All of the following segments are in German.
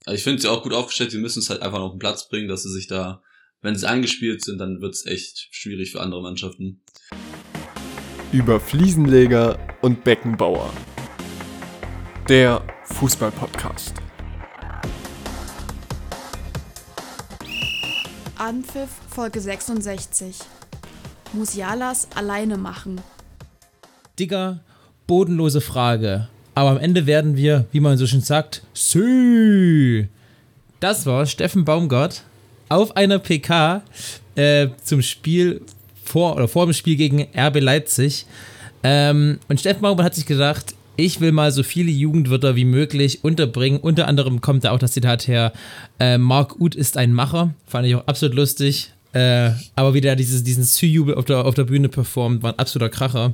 Also ich finde sie auch gut aufgestellt, sie müssen es halt einfach noch auf den Platz bringen, dass sie sich da, wenn sie angespielt sind, dann wird's echt schwierig für andere Mannschaften. Über Fliesenleger und Beckenbauer. Der Fußball-Podcast. Anpfiff Folge 66. Musialas alleine machen. Digga, bodenlose Frage. Aber am Ende werden wir, wie man so schön sagt, Sü. Das war Steffen Baumgart auf einer PK zum Spiel vor dem Spiel gegen RB Leipzig. Und Steffen Baumgart hat sich gedacht, ich will mal so viele Jugendwörter wie möglich unterbringen. Unter anderem kommt da auch das Zitat her, Marc Uth ist ein Macher. Fand ich auch absolut lustig. Aber wie der diesen Sü-Jubel auf der Bühne performt, war ein absoluter Kracher.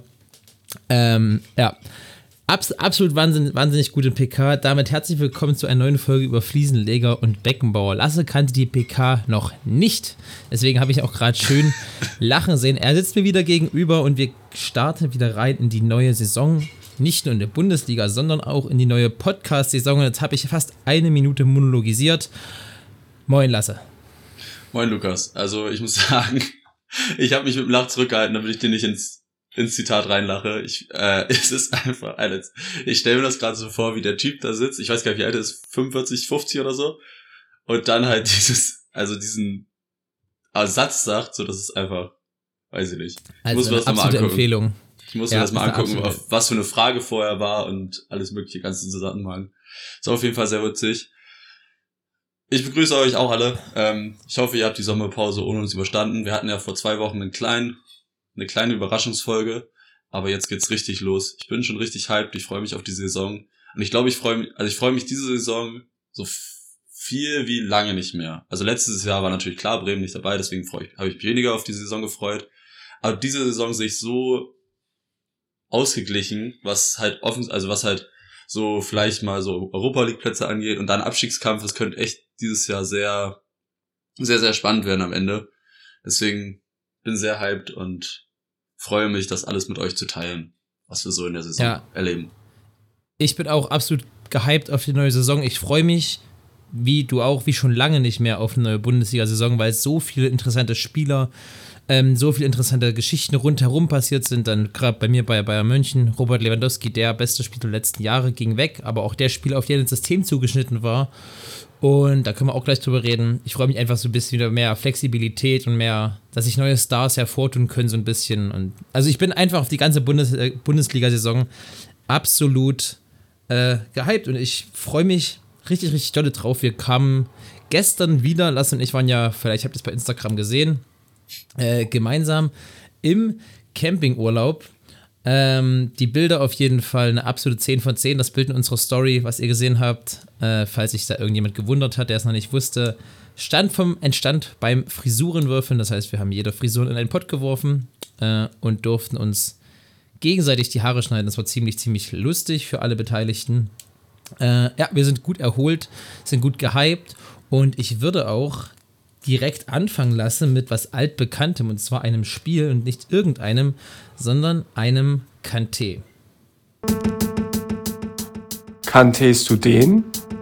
Ja. Absolut wahnsinnig gute PK. Damit herzlich willkommen zu einer neuen Folge über Fliesenleger und Beckenbauer. Lasse kannte die PK noch nicht. Deswegen habe ich auch gerade schön lachen sehen. Er sitzt mir wieder gegenüber und wir starten wieder rein in die neue Saison. Nicht nur in der Bundesliga, sondern auch in die neue Podcast-Saison. Und jetzt habe ich fast eine Minute monologisiert. Moin, Lasse. Moin, Lukas. Also ich muss sagen, ich habe mich mit dem Lach zurückgehalten, damit ich dir nicht ins Zitat reinlache. Es ist einfach alles. Ich stelle mir das gerade so vor, wie der Typ da sitzt. Ich weiß gar nicht, wie alt er ist, 45, 50 oder so. Und dann halt diesen Satz sagt, so, das ist einfach, weiß ich nicht. Ich muss mir das nochmal angucken. Empfehlung. Ich muss mir das mal angucken, was für eine Frage vorher war und alles mögliche, ganzen Zusammenhang. Ist auf jeden Fall sehr witzig. Ich begrüße euch auch alle. Ich hoffe, ihr habt die Sommerpause ohne uns überstanden. Wir hatten ja vor 2 Wochen eine kleine Überraschungsfolge, aber jetzt geht's richtig los. Ich bin schon richtig hyped, ich freue mich auf die Saison. Und ich glaube, ich freue mich diese Saison so viel wie lange nicht mehr. Also letztes Jahr war natürlich klar Bremen nicht dabei, deswegen habe ich mich weniger auf die Saison gefreut. Aber diese Saison sehe ich so ausgeglichen, was halt so vielleicht mal so Europa-League-Plätze angeht und dann Abstiegskampf. Es könnte echt dieses Jahr sehr, sehr, sehr spannend werden am Ende. Deswegen bin sehr hyped und freue mich, das alles mit euch zu teilen, was wir so in der Saison erleben. Ich bin auch absolut gehyped auf die neue Saison. Ich freue mich, wie du auch, wie schon lange nicht mehr auf eine neue Bundesliga-Saison, weil so viele interessante Spieler, so viele interessante Geschichten rundherum passiert sind. Dann gerade bei mir bei Bayern München, Robert Lewandowski, der beste Spieler der letzten Jahre, ging weg, aber auch der Spieler, auf den das System zugeschnitten war. Und da können wir auch gleich drüber reden. Ich freue mich einfach so ein bisschen wieder mehr Flexibilität und mehr, dass sich neue Stars hervortun können, so ein bisschen. Und also ich bin einfach auf die ganze Bundesliga-Saison absolut gehypt und ich freue mich richtig, richtig doll drauf. Wir kamen gestern wieder, Lasse und ich waren ja, vielleicht habt ihr es bei Instagram gesehen, gemeinsam im Campingurlaub. Die Bilder auf jeden Fall eine absolute 10 von 10. Das Bild in unserer Story, was ihr gesehen habt, falls sich da irgendjemand gewundert hat, der es noch nicht wusste, entstand beim Frisurenwürfeln. Das heißt, wir haben jede Frisur in einen Pott geworfen und durften uns gegenseitig die Haare schneiden. Das war ziemlich, ziemlich lustig für alle Beteiligten. Wir sind gut erholt, sind gut gehypt und ich würde auch direkt anfangen lassen mit was Altbekanntem, und zwar einem Spiel und nicht irgendeinem, sondern einem Kanté. Kanntest du den?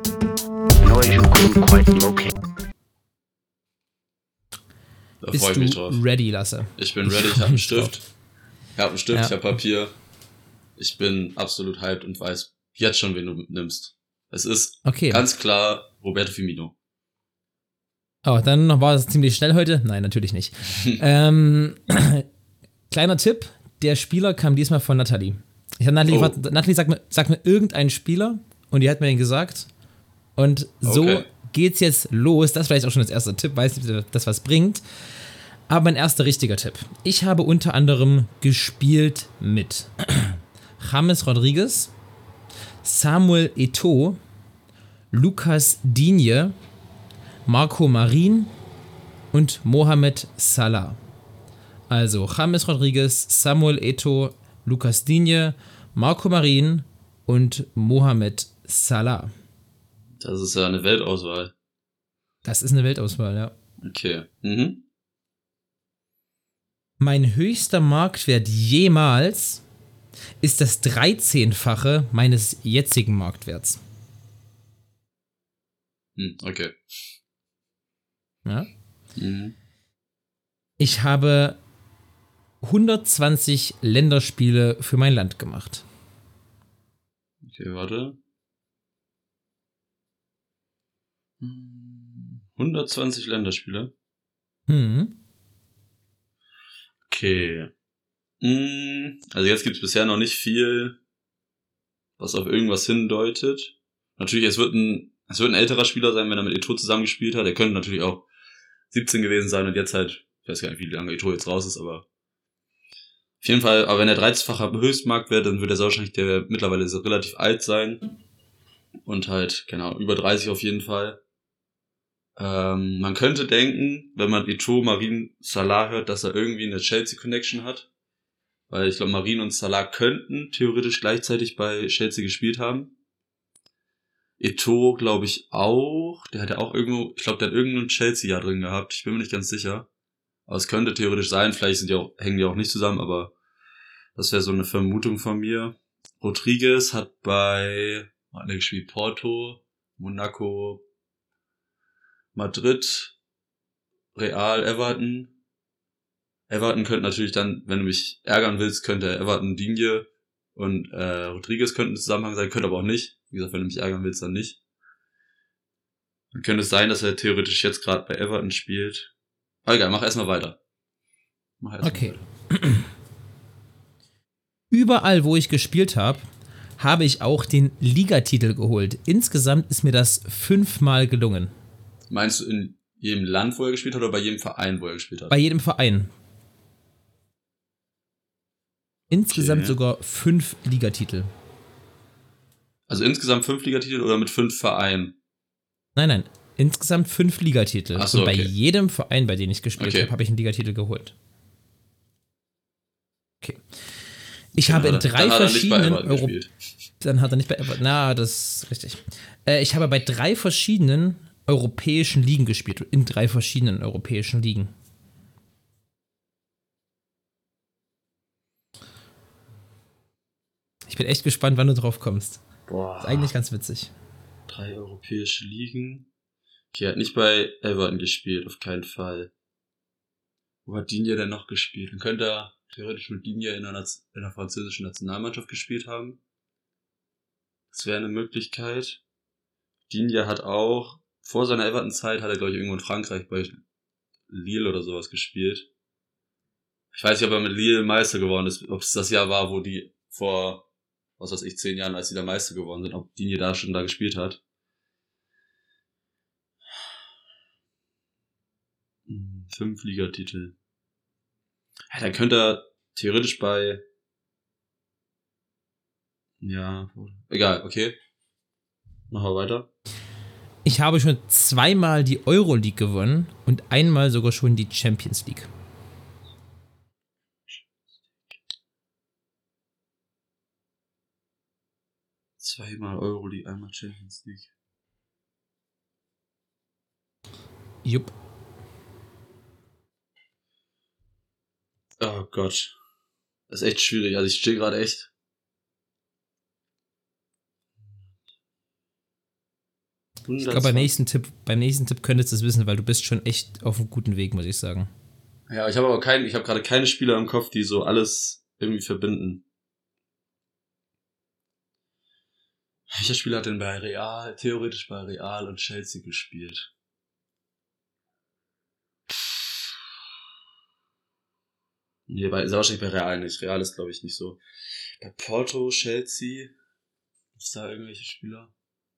Da Bist freue ich mich drauf. Ready, Lasse? Ich bin ready, ich habe einen Stift. Ich habe Papier. Ich bin absolut hyped und weiß jetzt schon, wen du nimmst. Es ist ganz klar Roberto Firmino. Oh, dann war es ziemlich schnell heute. Nein, natürlich nicht. Kleiner Tipp, der Spieler kam diesmal von Nathalie. Ich habe Nathalie gefragt, Nathalie, sag mir irgendeinen Spieler, und die hat mir den gesagt. Und so geht's jetzt los. Das ist vielleicht auch schon das erste Tipp, weiß nicht, ob das was bringt. Aber mein erster richtiger Tipp. Ich habe unter anderem gespielt mit James Rodriguez, Samuel Eto'o, Lucas Digne, Marco Marin und Mohamed Salah. Also James Rodriguez, Samuel Eto'o, Lucas Digne, Marco Marin und Mohamed Salah. Das ist ja eine Weltauswahl. Das ist eine Weltauswahl, ja. Okay. Mein höchster Marktwert jemals ist das 13-fache meines jetzigen Marktwerts. Okay. Ja? Mhm. Ich habe 120 Länderspiele für mein Land gemacht. Okay, warte. 120 Länderspiele. Okay. Also jetzt gibt es bisher noch nicht viel, was auf irgendwas hindeutet. Natürlich, es wird ein älterer Spieler sein, wenn er mit Eto'o zusammengespielt hat. Er könnte natürlich auch 17 gewesen sein und jetzt halt, ich weiß gar nicht, wie lange Eto'o jetzt raus ist, aber auf jeden Fall, aber wenn er 13-facher Höchstmarktwert, dann wird er wahrscheinlich mittlerweile so relativ alt sein. Und halt, genau, über 30 auf jeden Fall. Man könnte denken, wenn man Eto'o, Marin, Salah hört, dass er irgendwie eine Chelsea-Connection hat. Weil ich glaube, Marin und Salah könnten theoretisch gleichzeitig bei Chelsea gespielt haben. Eto'o glaube ich auch. Der hat ja auch irgendwo, ich glaube, der hat irgendein Chelsea-Jahr drin gehabt. Ich bin mir nicht ganz sicher. Aber es könnte theoretisch sein. Vielleicht hängen die auch nicht zusammen, aber das wäre so eine Vermutung von mir. Rodriguez hat hat er gespielt? Porto, Monaco, Madrid, Real, Everton. Everton könnte natürlich dann, wenn du mich ärgern willst, könnte Everton, Digne und Rodriguez könnten im Zusammenhang sein, könnte aber auch nicht. Wie gesagt, wenn du mich ärgern willst, dann nicht. Dann könnte es sein, dass er theoretisch jetzt gerade bei Everton spielt. Aber egal, mach erstmal weiter. Okay. Überall, wo ich gespielt habe, habe ich auch den Ligatitel geholt. Insgesamt ist mir das 5-mal gelungen. Meinst du in jedem Land, wo er gespielt hat, oder bei jedem Verein, wo er gespielt hat? Bei jedem Verein. Insgesamt sogar 5 Ligatitel. Also insgesamt 5 Ligatitel oder mit 5 Vereinen? Nein. Insgesamt 5 Ligatitel. Ach so, und bei okay. jedem Verein, bei dem ich gespielt habe, habe ich einen Ligatitel geholt. Okay. Ich habe in 3 verschiedenen Dann hat er nicht bei Everton. Na, das ist richtig. Ich habe bei 3 verschiedenen europäischen Ligen gespielt. In 3 verschiedenen europäischen Ligen. Ich bin echt gespannt, wann du drauf kommst. Boah. Ist eigentlich ganz witzig. 3 europäische Ligen. Okay, er hat nicht bei Everton gespielt, auf keinen Fall. Wo hat Digne denn noch gespielt? Dann könnte er theoretisch mit Digne in der französischen Nationalmannschaft gespielt haben. Das wäre eine Möglichkeit. Digne hat auch, vor seiner Everton-Zeit hat er, glaube ich, irgendwo in Frankreich bei Lille oder sowas gespielt. Ich weiß nicht, ob er mit Lille Meister geworden ist, ob es das Jahr war, wo die vor, 10 Jahren, als die da Meister geworden sind, ob Digne da schon gespielt hat. 5 Ligatitel. Ja, dann könnte er theoretisch egal, okay. Machen wir weiter. Ich habe schon 2-mal die Euroleague gewonnen und einmal sogar schon die Champions League. Zweimal Euroleague, einmal Champions League. Jupp. Oh Gott. Das ist echt schwierig. Also ich stehe gerade echt. Ich glaube, beim nächsten Tipp könntest du es wissen, weil du bist schon echt auf einem guten Weg, muss ich sagen. Ja, ich habe gerade keine Spieler im Kopf, die so alles irgendwie verbinden. Welcher Spieler hat denn theoretisch bei Real und Chelsea gespielt? Nee, ist wahrscheinlich bei Real nicht. Real ist, glaube ich, nicht so. Bei Porto, Chelsea, ist da irgendwelche Spieler?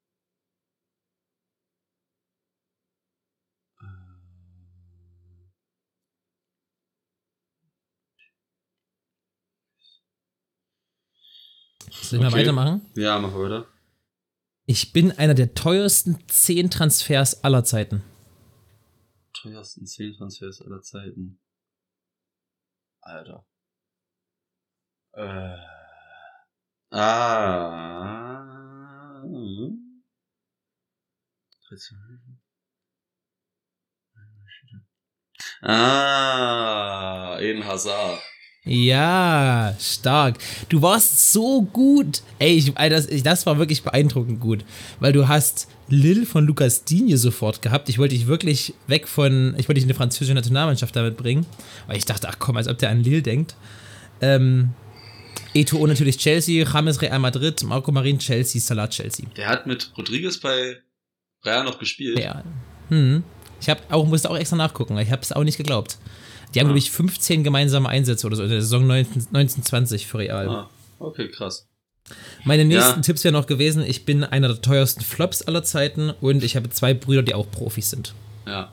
Soll ich mal weitermachen? Ja, mach weiter. Ich bin einer der teuersten 10 Transfers aller Zeiten. Teuersten 10 Transfers aller Zeiten. Alter. Eden Hazard. Ja, stark. Du warst so gut. Ey, das war wirklich beeindruckend gut. Weil du hast Lille von Lucas Digne sofort gehabt. Ich wollte dich wirklich ich wollte dich in die französische Nationalmannschaft damit bringen. Weil ich dachte, ach komm, als ob der an Lille denkt. Eto'o natürlich Chelsea, James Real Madrid, Marco Marin Chelsea, Salah Chelsea. Der hat mit Rodriguez bei Real noch gespielt. Ja. Musste auch extra nachgucken, ich habe es auch nicht geglaubt. Die haben, glaube ich, 15 gemeinsame Einsätze oder so in der Saison 1920 für Real. Ah, okay, krass. Meine nächsten Tipps wären noch gewesen, ich bin einer der teuersten Flops aller Zeiten und ich habe 2 Brüder, die auch Profis sind. Ja.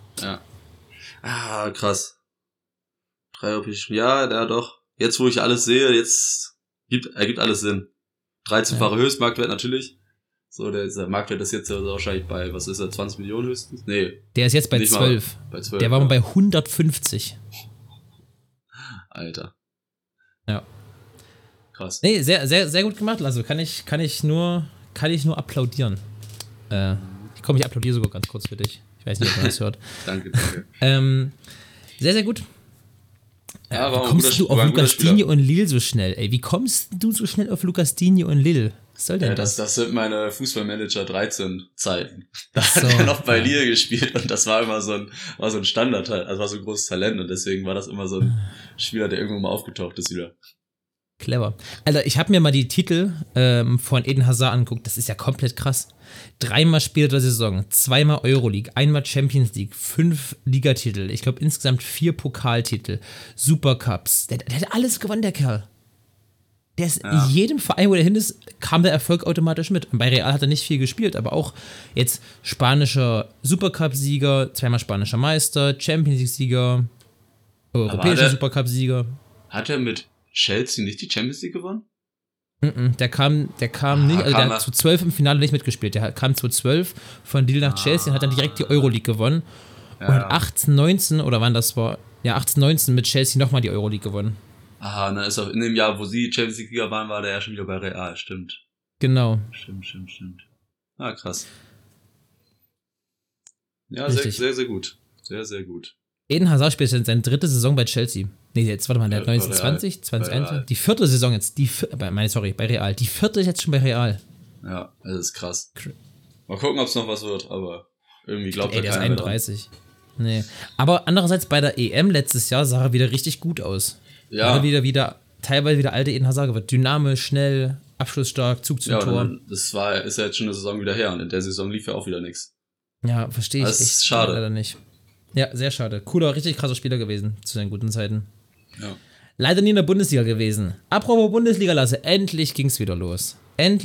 Ah, krass. 3 europäische Spiele. Ja, doch. Jetzt, wo ich alles sehe, ergibt alles Sinn. 13-fache Höchstmarktwert natürlich. So, der Marktwert ist jetzt wahrscheinlich bei, was ist er, 20 Millionen höchstens? Nee. Der ist jetzt bei 12. Der war mal bei 150. Alter. Ja. Krass. Nee, sehr, sehr, sehr gut gemacht. Also kann ich nur applaudieren. Ich applaudiere sogar ganz kurz für dich. Ich weiß nicht, ob man das hört. Danke. Sehr, sehr gut. Ja, wie kommst du auf Lucas Digne und Lille so schnell? Ey, wie kommst du so schnell auf Lucas Digne und Lille? Was soll denn das sind meine Fußballmanager 13 Zeiten. Da hat er noch bei Lille gespielt und das war immer so ein Standard, also war so ein großes Talent und deswegen war das immer so ein Spieler, der irgendwo mal aufgetaucht ist wieder. Clever. Alter, ich habe mir mal die Titel von Eden Hazard angeguckt. Das ist ja komplett krass. 3-mal Spieler der Saison, 2-mal Euroleague, 1-mal Champions League, 5 Ligatitel, ich glaube insgesamt 4 Pokaltitel, Supercups. Der hat alles gewonnen, der Kerl. Der ist in jedem Verein, wo der hin ist, kam der Erfolg automatisch mit. Und bei Real hat er nicht viel gespielt, aber auch jetzt spanischer Supercup-Sieger, 2-mal spanischer Meister, Champions League-Sieger, europäischer Supercup-Sieger. Hat er mit Chelsea nicht die Champions League gewonnen? Der kam nicht, also der hat 2012 im Finale nicht mitgespielt. Der kam 2012 von Lille nach Chelsea und hat dann direkt die Euroleague gewonnen. Ja. Und 18-19, oder wann das war, 18-19 mit Chelsea nochmal die Euroleague gewonnen. Aha, und dann ist auch in dem Jahr, wo sie Champions League-Sieger waren, war der ja schon wieder bei Real, stimmt. Genau. Stimmt. Ah, krass. Ja, richtig. Sehr, sehr gut. Sehr, sehr gut. Eden Hazard spielt jetzt seine 3. Saison bei Chelsea. Nee, jetzt, warte mal, der hat 1920, 2021. Die 4. Saison jetzt. Bei Real. Die 4. ist jetzt schon bei Real. Ja, das ist krass. Mal gucken, ob es noch was wird, aber irgendwie glaubt er keiner. Der ist 31. Nee. Aber andererseits bei der EM letztes Jahr sah er wieder richtig gut aus. Ja. Hat er wieder teilweise wieder alte Eden Hazard wird. Dynamisch, schnell, abschlussstark, Zug zum Tor. Ist ja jetzt schon eine Saison wieder her und in der Saison lief ja auch wieder nichts. Ja, verstehe ich. Das ist schade. Leider nicht. Ja, sehr schade. Cooler, richtig krasser Spieler gewesen zu seinen guten Zeiten. Ja. Leider nie in der Bundesliga gewesen. Apropos Bundesliga, Lasse, endlich ging's wieder los.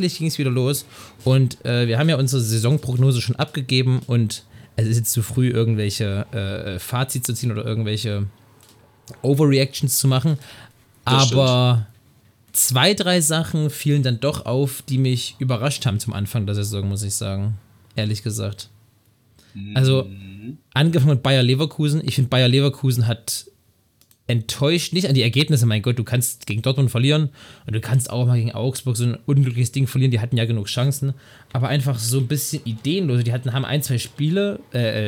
Und wir haben ja unsere Saisonprognose schon abgegeben und es ist jetzt zu früh, irgendwelche Fazit zu ziehen oder irgendwelche Overreactions zu machen. Aber 2, 3 Sachen fielen dann doch auf, die mich überrascht haben zum Anfang der Saison, muss ich sagen. Ehrlich gesagt. Also, angefangen mit Bayer Leverkusen. Ich finde, Bayer Leverkusen hat enttäuscht, nicht an die Ergebnisse, mein Gott, du kannst gegen Dortmund verlieren und du kannst auch mal gegen Augsburg so ein unglückliches Ding verlieren, die hatten ja genug Chancen, aber einfach so ein bisschen ideenlos. Die haben 1, 2 Spiele,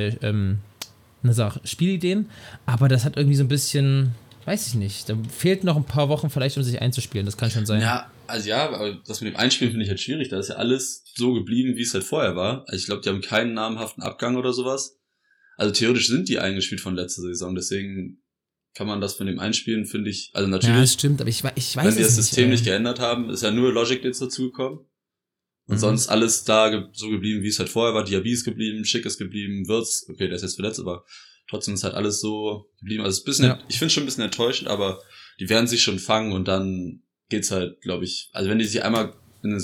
Spielideen, aber das hat irgendwie so ein bisschen, weiß ich nicht, da fehlt noch ein paar Wochen vielleicht, um sich einzuspielen, das kann schon sein. Ja, aber das mit dem Einspielen finde ich halt schwierig, da ist ja alles so geblieben, wie es halt vorher war. Also ich glaube, die haben keinen namhaften Abgang oder sowas. Also theoretisch sind die eingespielt von letzter Saison, deswegen kann man das von dem Einspielen, finde ich, also natürlich. Ja, das stimmt, aber ich weiß es nicht. Wenn die das System nicht geändert haben, ist ja nur Logic jetzt dazugekommen. Und sonst alles da so geblieben, wie es halt vorher war. Diaby ist geblieben, Schick ist geblieben, Wirtz, okay, der ist jetzt verletzt, aber trotzdem ist halt alles so geblieben. Also es ist ein bisschen, ich finde es schon ein bisschen enttäuschend, aber die werden sich schon fangen und dann geht's halt, glaube ich, also wenn die sich einmal in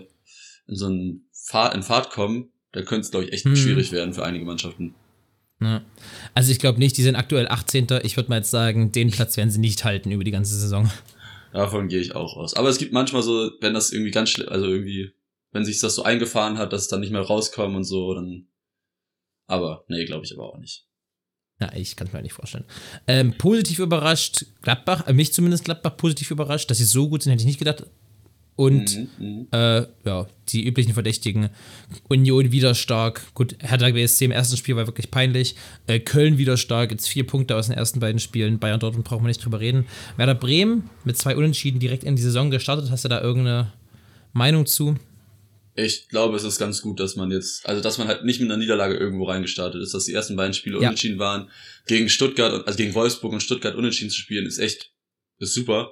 Fahrt kommen, dann könnte es, glaube ich, echt schwierig werden für einige Mannschaften. Ja. Also ich glaube nicht, die sind aktuell 18. Ich würde mal jetzt sagen, den Platz werden sie nicht halten über die ganze Saison. Davon gehe ich auch aus. Aber es gibt manchmal so, wenn das irgendwie ganz schlimm, also irgendwie, wenn sich das so eingefahren hat, dass es dann nicht mehr rauskommen und so, dann, aber, nee, glaube ich aber auch nicht. Ja, ich kann es mir nicht vorstellen. Positiv überrascht, Gladbach, mich zumindest Gladbach positiv überrascht, dass sie so gut sind, hätte ich nicht gedacht. Und ja, die üblichen Verdächtigen. Union wieder stark. Gut, Hertha BSC im ersten Spiel war wirklich peinlich. Köln wieder stark, jetzt 4 Punkte aus den ersten beiden Spielen. Bayern Dortmund brauchen wir nicht drüber reden. Werder Bremen mit 2 Unentschieden direkt in die Saison gestartet. Hast du da irgendeine Meinung zu? Ich glaube, es ist ganz gut, dass man halt nicht mit einer Niederlage irgendwo reingestartet ist, dass die ersten beiden Spiele unentschieden waren. Gegen Stuttgart, also gegen Wolfsburg und Stuttgart unentschieden zu spielen, ist super.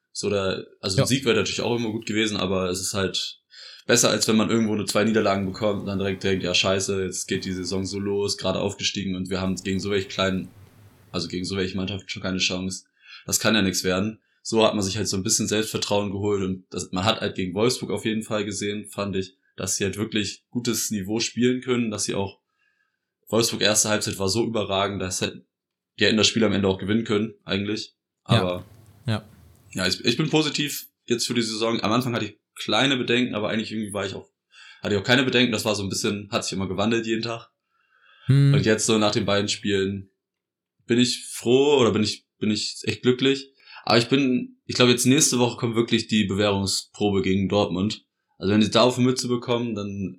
Ein Sieg wäre natürlich auch immer gut gewesen, aber es ist halt besser, als wenn man irgendwo nur 2 Niederlagen bekommt und dann direkt denkt, ja scheiße, jetzt geht die Saison so los, gerade aufgestiegen und wir haben gegen so welche Mannschaften schon keine Chance. Das kann ja nichts werden. So hat man sich halt so ein bisschen Selbstvertrauen geholt und man hat halt gegen Wolfsburg auf jeden Fall gesehen, fand ich, dass sie halt wirklich gutes Niveau spielen können, dass sie auch Wolfsburg erste Halbzeit war so überragend, dass halt die hätten das Spiel am Ende auch gewinnen können, eigentlich. Aber ja, ich bin positiv jetzt für die Saison. Am Anfang hatte ich kleine Bedenken, aber eigentlich irgendwie hatte ich auch keine Bedenken. Das war so ein bisschen, hat sich immer gewandelt jeden Tag. Und jetzt so nach den beiden Spielen bin ich froh oder bin ich echt glücklich. Aber ich glaube jetzt nächste Woche kommt wirklich die Bewährungsprobe gegen Dortmund. Also wenn sie da auf die Mütze bekommen, dann,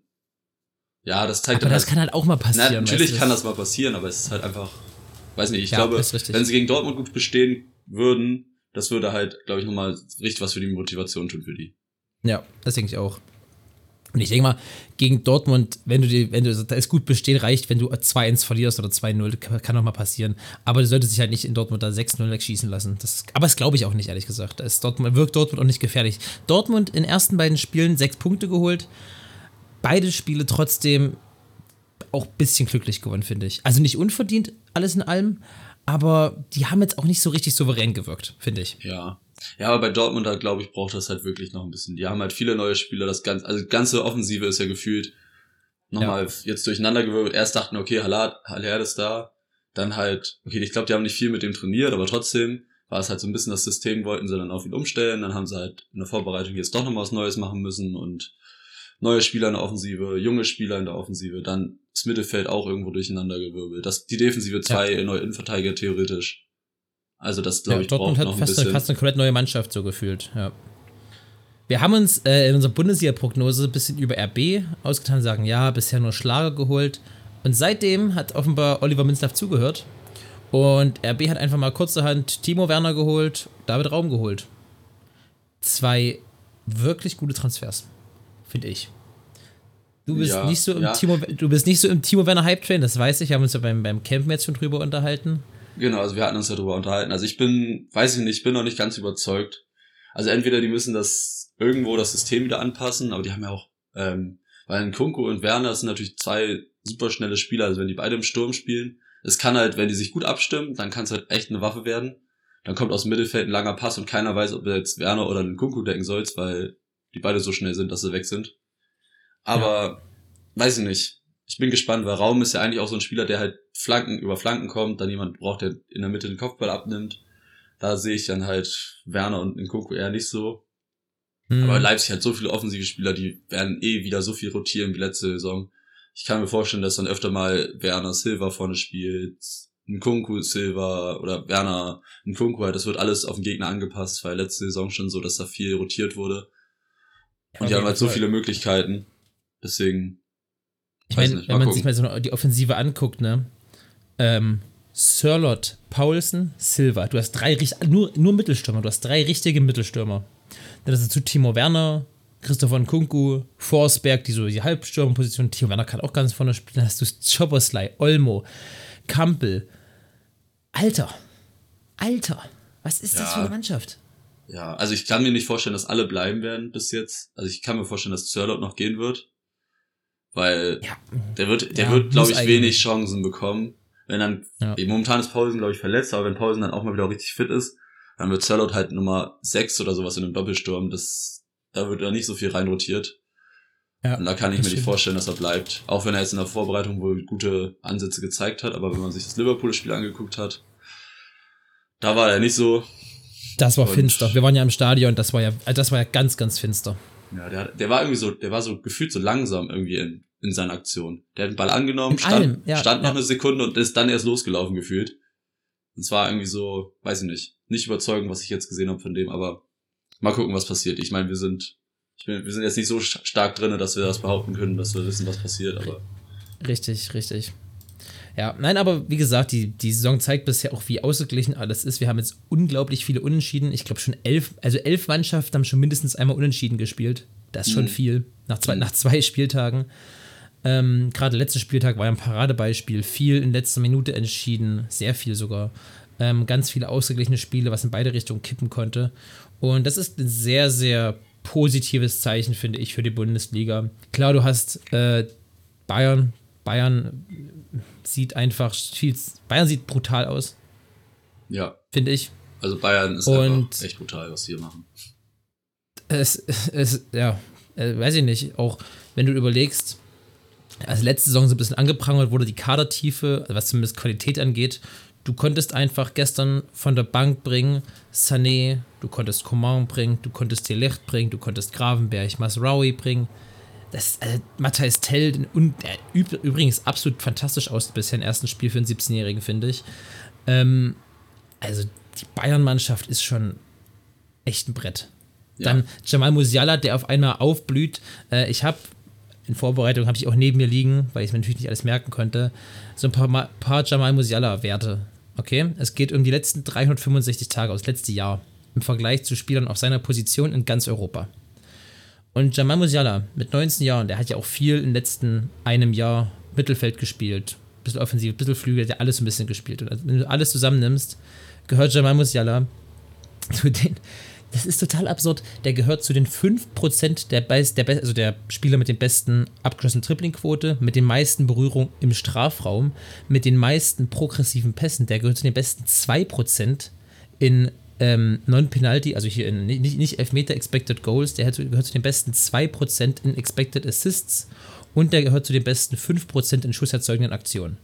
ja, das zeigt aber dann das kann halt auch mal passieren. Natürlich kann das mal passieren, aber es ist halt einfach, weiß nicht, ich glaube, wenn sie gegen Dortmund gut bestehen würden, das würde halt, glaube ich, nochmal richtig was für die Motivation tun für die. Ja, das denke ich auch. Und ich denke mal, gegen Dortmund, wenn du da ist gut bestehen, reicht, wenn du 2-1 verlierst oder 2-0, kann auch mal passieren. Aber du solltest dich halt nicht in Dortmund da 6-0 wegschießen lassen. Aber das glaube ich auch nicht, ehrlich gesagt. Wirkt Dortmund auch nicht gefährlich. Dortmund in den ersten beiden Spielen 6 Punkte geholt. Beide Spiele trotzdem auch ein bisschen glücklich gewonnen, finde ich. Also nicht unverdient, alles in allem, aber die haben jetzt auch nicht so richtig souverän gewirkt, finde ich. Ja, aber bei Dortmund, da glaube ich, braucht das halt wirklich noch ein bisschen. Die haben halt viele neue Spieler, die ganze Offensive ist ja gefühlt nochmal jetzt durcheinandergewirbelt. Erst dachten, okay, Haller ist da, dann halt, okay, ich glaube, die haben nicht viel mit dem trainiert, aber trotzdem war es halt so ein bisschen das System, wollten sie dann auf ihn umstellen, dann haben sie halt in der Vorbereitung jetzt doch nochmal was Neues machen müssen und neue Spieler in der Offensive, junge Spieler in der Offensive, dann das Mittelfeld auch irgendwo durcheinandergewirbelt. Die Defensive 2 neue Innenverteidiger theoretisch. Also das, glaube ich, Dortmund braucht noch ein bisschen. Fast eine komplett neue Mannschaft so gefühlt, ja. Wir haben uns in unserer Bundesliga-Prognose ein bisschen über RB ausgetan, sagen, ja, bisher nur Schlager geholt. Und seitdem hat offenbar Oliver Minzlaff zugehört. Und RB hat einfach mal kurzerhand Timo Werner geholt, David Raum geholt. 2 wirklich gute Transfers, finde ich. Du bist nicht so im Timo Werner Hype-Train, das weiß ich. Wir haben uns ja beim Campen jetzt schon drüber unterhalten. Genau, also wir hatten uns darüber unterhalten. Also ich bin noch nicht ganz überzeugt. Also entweder die müssen das System wieder anpassen, aber die haben ja auch, weil Nkunku und Werner sind natürlich 2 super schnelle Spieler, also wenn die beide im Sturm spielen, es kann halt, wenn die sich gut abstimmen, dann kann es halt echt eine Waffe werden. Dann kommt aus dem Mittelfeld ein langer Pass und keiner weiß, ob du jetzt Werner oder Nkunku decken sollst, weil die beide so schnell sind, dass sie weg sind. Aber, weiß ich nicht. Ich bin gespannt, weil Raum ist ja eigentlich auch so ein Spieler, der halt über Flanken kommt, dann jemand braucht, der in der Mitte den Kopfball abnimmt. Da sehe ich dann halt Werner und Nkunku eher nicht so. Aber Leipzig hat so viele offensive Spieler, die werden wieder so viel rotieren wie letzte Saison. Ich kann mir vorstellen, dass dann öfter mal Werner Silva vorne spielt, Nkunku Silva oder Werner Nkunku halt. Das wird alles auf den Gegner angepasst, weil letzte Saison schon so, dass da viel rotiert wurde. Und die haben halt so viele Möglichkeiten. Deswegen. Ich meine, wenn man sich mal so die Offensive anguckt, ne? Sörloth, Paulsen, Silva. Du hast nur Mittelstürmer. Du hast 3 richtige Mittelstürmer. Dann ist dazu Timo Werner, Christopher Nkunku, Forsberg, die Halbstürmerposition. Timo Werner kann auch ganz vorne spielen. Dann hast du Szoboszlai, Olmo, Kampel. Alter. Was ist das für eine Mannschaft? Ja, also ich kann mir nicht vorstellen, dass alle bleiben werden bis jetzt. Also ich kann mir vorstellen, dass Sörloth noch gehen wird. Weil der wird, glaube ich, wenig Chancen bekommen. Wenn dann, momentan ist Paulsen, glaube ich, verletzt, aber wenn Paulsen dann auch mal wieder richtig fit ist, dann wird Sörloth halt Nummer 6 oder sowas in einem Doppelsturm. Da wird er nicht so viel reinrotiert. Ja, und da kann ich mir nicht vorstellen, dass er bleibt. Auch wenn er jetzt in der Vorbereitung wohl gute Ansätze gezeigt hat, aber wenn man sich das Liverpool-Spiel angeguckt hat, da war er nicht so. Das war finster. Wir waren ja im Stadion, das war ja ganz, ganz finster. Ja, der war so gefühlt so langsam irgendwie in seiner Aktion. Der hat den Ball angenommen, stand noch eine Sekunde und ist dann erst losgelaufen gefühlt. Und es war irgendwie so, weiß ich nicht überzeugend, was ich jetzt gesehen habe von dem, aber mal gucken, was passiert. Ich meine, wir sind Wir sind jetzt nicht so stark drin, dass wir das behaupten können, dass wir wissen, was passiert, aber. Richtig. Ja, nein, aber wie gesagt, die Saison zeigt bisher auch, wie ausgeglichen alles ist. Wir haben jetzt unglaublich viele Unentschieden. Ich glaube schon 11 Mannschaften haben schon mindestens einmal Unentschieden gespielt. Das ist schon viel. Nach zwei Spieltagen. Gerade der letzte Spieltag war ja ein Paradebeispiel. Viel in letzter Minute entschieden. Sehr viel sogar. Ganz viele ausgeglichene Spiele, was in beide Richtungen kippen konnte. Und das ist ein sehr, sehr positives Zeichen, finde ich, für die Bundesliga. Klar, du hast Bayern. Bayern sieht brutal aus. Ja. Finde ich. Also Bayern ist einfach echt brutal, was sie hier machen. Weiß ich nicht. Auch wenn du überlegst, also letzte Saison so ein bisschen angeprangert wurde die Kadertiefe, also was zumindest Qualität angeht. Du konntest einfach gestern von der Bank bringen Sané, du konntest Coman bringen, du konntest De Ligt bringen, du konntest Gravenberch, Mazraoui bringen. Matthias Tell, übrigens absolut fantastisch aus bisher im ersten Spiel für einen 17-Jährigen, finde ich. Also die Bayern-Mannschaft ist schon echt ein Brett. Ja. Dann Jamal Musiala, der auf einmal aufblüht. In Vorbereitung habe ich auch neben mir liegen, weil ich mir natürlich nicht alles merken konnte, so ein paar Jamal Musiala-Werte. Okay? Es geht um die letzten 365 Tage, aus letzte Jahr, im Vergleich zu Spielern auf seiner Position in ganz Europa. Und Jamal Musiala mit 19 Jahren, der hat ja auch viel im letzten einem Jahr Mittelfeld gespielt. Ein bisschen offensiv, ein bisschen Flügel, der alles ein bisschen gespielt. Und wenn du alles zusammennimmst, gehört Jamal Musiala zu den, das ist total absurd, der gehört zu den 5% der Spieler mit den besten abgeschlossenen Dribbling-Quote, mit den meisten Berührungen im Strafraum, mit den meisten progressiven Pässen, der gehört zu den besten 2% in Non-Penalty, also hier in nicht Elfmeter Expected Goals, der gehört zu den besten 2% in Expected Assists und der gehört zu den besten 5% in schusserzeugenden Aktionen.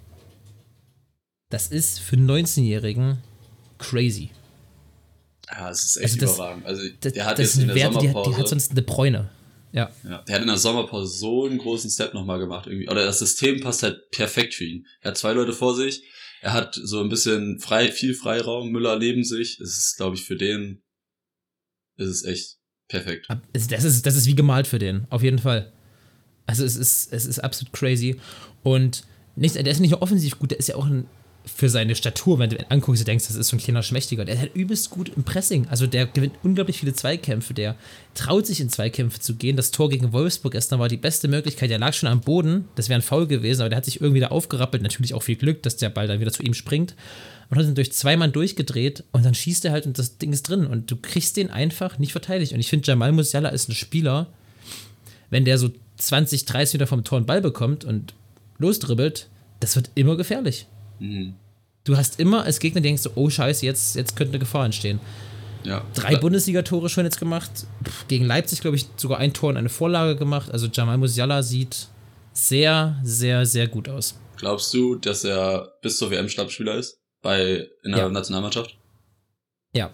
Das ist für einen 19-Jährigen crazy. Ja, es ist echt überragend. Also der hat jetzt in der Sommerpause... Die hat sonst eine Bräune. Ja. Der hat in der Sommerpause so einen großen Step nochmal gemacht irgendwie. Oder das System passt halt perfekt für ihn. Er hat 2 Leute vor sich. Er hat so ein bisschen viel Freiraum, Müller neben sich. Es ist, glaube ich, für den ist es echt perfekt. Das ist wie gemalt für den, auf jeden Fall. Also es ist absolut crazy. Und der ist nicht nur offensiv gut, der ist ja auch für seine Statur, wenn du ihn anguckst, du denkst, das ist so ein kleiner Schmächtiger. Der ist halt übelst gut im Pressing. Also der gewinnt unglaublich viele Zweikämpfe. Der traut sich in Zweikämpfe zu gehen. Das Tor gegen Wolfsburg gestern war die beste Möglichkeit. Der lag schon am Boden. Das wäre ein Foul gewesen, aber der hat sich irgendwie da aufgerappelt. Natürlich auch viel Glück, dass der Ball dann wieder zu ihm springt. Und dann sind durch 2 Mann durchgedreht und dann schießt er halt und das Ding ist drin. Und du kriegst den einfach nicht verteidigt. Und ich finde, Jamal Musiala ist ein Spieler, wenn der so 20, 30 Meter vom Tor einen Ball bekommt und losdribbelt, das wird immer gefährlich. Mhm. Du hast immer als Gegner denkst du, oh scheiße, jetzt könnte eine Gefahr entstehen. Ja. 3 Bundesliga-Tore schon jetzt gemacht. Gegen Leipzig, glaube ich, sogar ein Tor und eine Vorlage gemacht. Also Jamal Musiala sieht sehr, sehr, sehr gut aus. Glaubst du, dass er bis zur WM Stammspieler ist? In der Nationalmannschaft? Ja.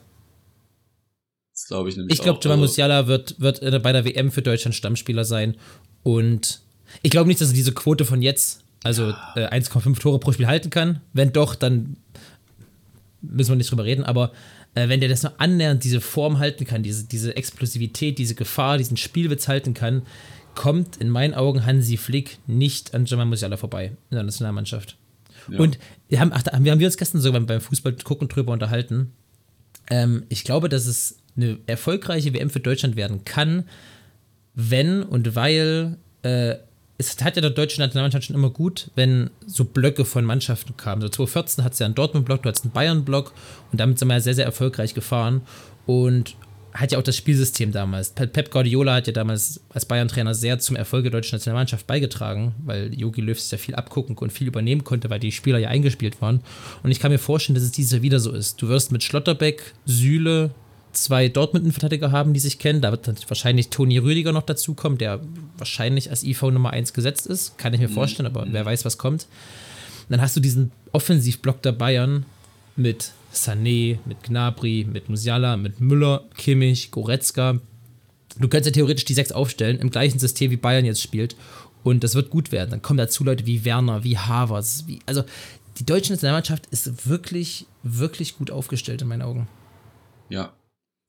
Das glaube ich nämlich auch. Ich glaube, Jamal Musiala wird bei der WM für Deutschland Stammspieler sein. Und ich glaube nicht, dass er diese Quote von jetzt, also 1,5 Tore pro Spiel halten kann. Wenn doch, dann müssen wir nicht drüber reden. Aber wenn der das nur annähernd diese Form halten kann, diese Explosivität, diese Gefahr, diesen Spielwitz halten kann, kommt in meinen Augen Hansi Flick nicht an Jamal Musiala vorbei in der Nationalmannschaft. Ja. Und wir haben uns gestern sogar beim Fußball gucken drüber unterhalten. Ich glaube, dass es eine erfolgreiche WM für Deutschland werden kann, wenn und weil es hat ja der deutsche Nationalmannschaft schon immer gut, wenn so Blöcke von Mannschaften kamen. So 2014 hat es ja einen Dortmund-Block, du hattest einen Bayern-Block und damit sind wir ja sehr, sehr erfolgreich gefahren und hat ja auch das Spielsystem damals. Pep Guardiola hat ja damals als Bayern-Trainer sehr zum Erfolg der deutschen Nationalmannschaft beigetragen, weil Jogi Löw sich ja viel abgucken und viel übernehmen konnte, weil die Spieler ja eingespielt waren. Und ich kann mir vorstellen, dass es dieses Jahr wieder so ist. Du wirst mit Schlotterbeck, Süle, 2 Dortmund-Innenverteidiger haben, die sich kennen. Da wird dann wahrscheinlich Toni Rüdiger noch dazukommen, der wahrscheinlich als IV Nummer 1 gesetzt ist. Kann ich mir vorstellen, aber wer weiß, was kommt. Und dann hast du diesen Offensivblock der Bayern mit Sané, mit Gnabry, mit Musiala, mit Müller, Kimmich, Goretzka. Du könntest ja theoretisch die 6 aufstellen, im gleichen System wie Bayern jetzt spielt. Und das wird gut werden. Dann kommen dazu Leute wie Werner, wie Havertz. Also die deutsche Nationalmannschaft ist wirklich, wirklich gut aufgestellt in meinen Augen. Ja.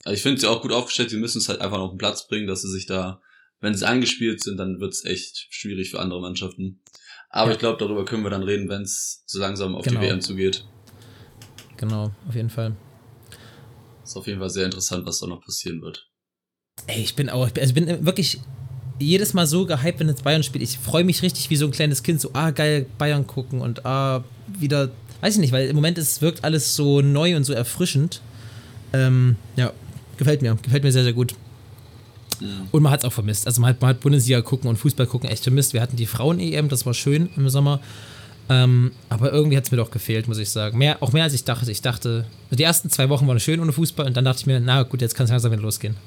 ich finde sie auch gut aufgestellt, sie müssen es halt einfach noch auf den Platz bringen, dass sie sich da, wenn sie eingespielt sind, dann wird's echt schwierig für andere Mannschaften. Aber ich glaube, darüber können wir dann reden, wenn es so langsam auf die WM zugeht. Genau, auf jeden Fall. Ist auf jeden Fall sehr interessant, was da noch passieren wird. Ey, ich bin wirklich jedes Mal so gehypt, wenn jetzt Bayern spielt. Ich freue mich richtig wie so ein kleines Kind, so, geil, Bayern gucken und wieder, weiß ich nicht, weil im Moment wirkt alles so neu und so erfrischend. Ja, gefällt mir sehr, sehr gut. Und man hat es auch vermisst. Also man hat Bundesliga gucken und Fußball gucken echt vermisst. Wir hatten die Frauen-EM, das war schön im Sommer. Aber irgendwie hat es mir doch gefehlt, muss ich sagen. Auch mehr als ich dachte. Ich dachte, die ersten 2 Wochen waren schön ohne Fußball und dann dachte ich mir, na gut, jetzt kann es langsam wieder losgehen.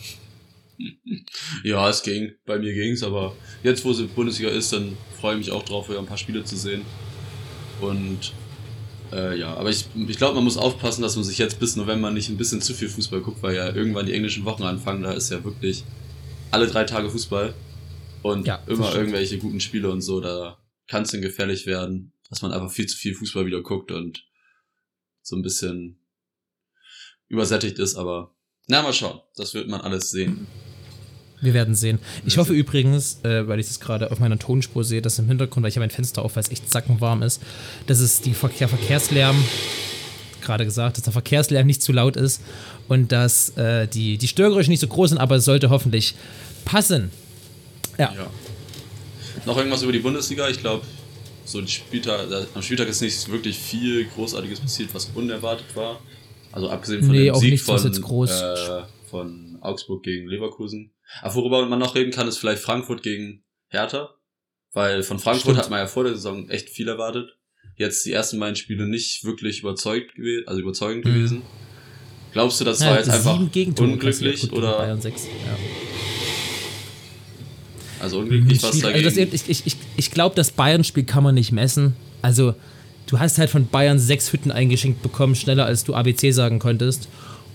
Ja, es ging. Bei mir ging es, aber jetzt, wo sie Bundesliga ist, dann freue ich mich auch drauf, wieder ein paar Spiele zu sehen. Und aber ich glaube, man muss aufpassen, dass man sich jetzt bis November nicht ein bisschen zu viel Fußball guckt, weil ja irgendwann die englischen Wochen anfangen, da ist ja wirklich alle 3 Tage Fußball und immer irgendwelche guten Spiele und so, da kann es dann gefährlich werden, dass man einfach viel zu viel Fußball wieder guckt und so ein bisschen übersättigt ist, aber mal schauen, das wird man alles sehen. Wir werden sehen. Ich hoffe übrigens, weil ich das gerade auf meiner Tonspur sehe, dass im Hintergrund, weil ich habe ein Fenster auf, weil es echt sackenwarm ist, dass es der Verkehrslärm, gerade gesagt, dass der Verkehrslärm nicht zu laut ist und dass die Störgeräusche nicht so groß sind, aber es sollte hoffentlich passen. Ja. Noch irgendwas über die Bundesliga? Ich glaube, so am Spieltag ist nicht wirklich viel Großartiges passiert, was unerwartet war. Also abgesehen von dem Sieg von Augsburg gegen Leverkusen. Aber worüber man noch reden kann, ist vielleicht Frankfurt gegen Hertha. Weil von Frankfurt hat man ja vor der Saison echt viel erwartet. Jetzt die ersten beiden Spiele nicht wirklich überzeugend gewesen. Glaubst du, das war jetzt einfach unglücklich? Oder? Bayern 6, Also unglücklich, was dagegen? Also ich glaube, das Bayern-Spiel kann man nicht messen. Also du hast halt von Bayern 6 Hütten eingeschenkt bekommen, schneller als du ABC sagen konntest.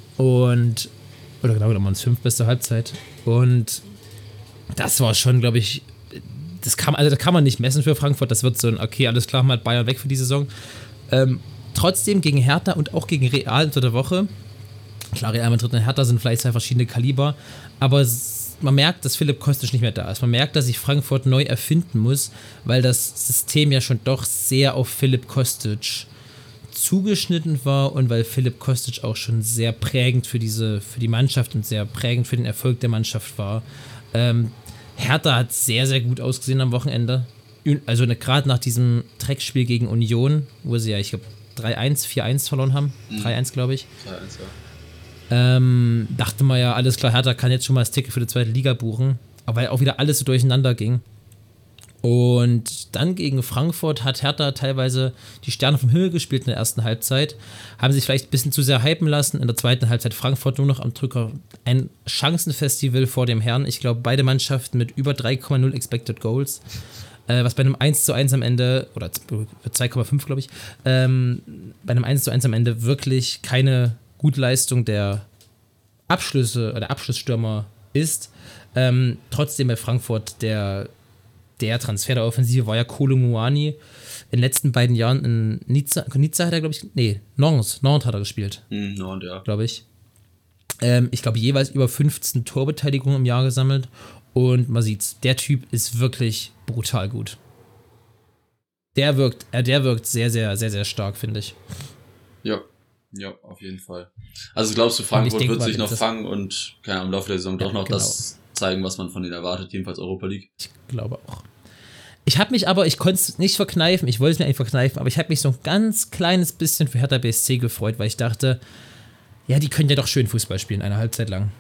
Oder genau, da waren es 5 bis zur Halbzeit. Und das war schon, glaube ich, da kann man nicht messen für Frankfurt. Das wird so ein, okay, alles klar, mal Bayern weg für die Saison. Trotzdem gegen Hertha und auch gegen Real unter der Woche. Klar, Real Madrid und Hertha sind vielleicht 2 verschiedene Kaliber, aber man merkt, dass Philipp Kostic nicht mehr da ist. Man merkt, dass sich Frankfurt neu erfinden muss, weil das System ja schon doch sehr auf Philipp Kostic zugeschnitten war und weil Philipp Kostic auch schon sehr prägend für die Mannschaft und sehr prägend für den Erfolg der Mannschaft war. Hertha hat sehr, sehr gut ausgesehen am Wochenende. Also gerade nach diesem Dreckspiel gegen Union, wo sie ja, ich glaube, 3-1, 4-1 verloren haben. 3-1, glaube ich. 3-1, dachte man ja, alles klar, Hertha kann jetzt schon mal das Ticket für die 2. Liga buchen. Aber weil auch wieder alles so durcheinander ging. Und dann gegen Frankfurt hat Hertha teilweise die Sterne vom Himmel gespielt in der ersten Halbzeit. Haben sich vielleicht ein bisschen zu sehr hypen lassen. In der zweiten Halbzeit Frankfurt nur noch am Drücker. Ein Chancenfestival vor dem Herrn. Ich glaube, beide Mannschaften mit über 3,0 Expected Goals. Was bei einem 1:1 am Ende, oder 2,5 glaube ich, bei einem 1:1 am Ende wirklich keine gute Leistung der Abschlüsse oder Abschlussstürmer ist. Trotzdem bei Frankfurt der Transfer der Offensive war ja Kolo Muani. In den letzten beiden Jahren in Nizza hat er, glaube ich, Nantes hat er gespielt. Nantes, ja. Glaube ich. Ich glaube, jeweils über 15 Torbeteiligungen im Jahr gesammelt. Und man sieht's, der Typ ist wirklich brutal gut. Der wirkt sehr, sehr, sehr, sehr stark, finde ich. Ja, auf jeden Fall. Also glaubst du, Frankfurt wird sich noch fangen und im Laufe der Saison doch noch das zeigen, was man von denen erwartet, jedenfalls Europa League? Ich glaube auch. Ich konnte es nicht verkneifen, ich wollte es mir eigentlich verkneifen, aber ich habe mich so ein ganz kleines bisschen für Hertha BSC gefreut, weil ich dachte, ja, die können ja doch schön Fußball spielen, eine Halbzeit lang.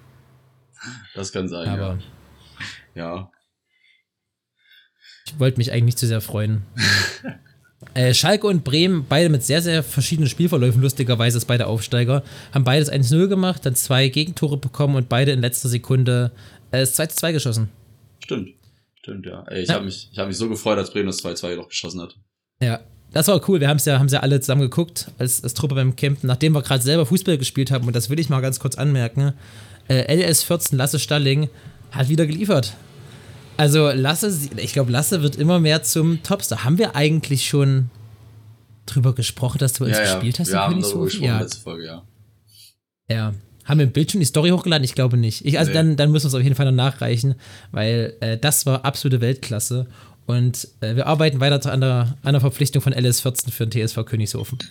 Das kann sein, aber ja. Ich wollte mich eigentlich nicht zu sehr freuen. Schalke und Bremen, beide mit sehr, sehr verschiedenen Spielverläufen, lustigerweise als beide Aufsteiger, haben beides 1-0 gemacht, dann 2 Gegentore bekommen und beide in letzter Sekunde das 2-2 geschossen. Stimmt, ja. Ich habe mich so gefreut, als Bremen das 2-2 noch geschossen hat. Ja, das war cool. Wir haben ja alle zusammen geguckt als Truppe beim Campen, nachdem wir gerade selber Fußball gespielt haben, und das will ich mal ganz kurz anmerken. LS 14, Lasse Stalling, hat wieder geliefert. Also ich glaube, Lasse wird immer mehr zum Topstar. Haben wir eigentlich schon drüber gesprochen, dass du bei uns gespielt hast? Wir haben darüber gesprochen, letzte Folge, ja. Ja, Haben wir im Bild schon die Story hochgeladen? Ich glaube nicht. Nee. Dann müssen wir es auf jeden Fall noch nachreichen, weil das war absolute Weltklasse. Und wir arbeiten weiter an der Verpflichtung von LS14 für den TSV Königshofen.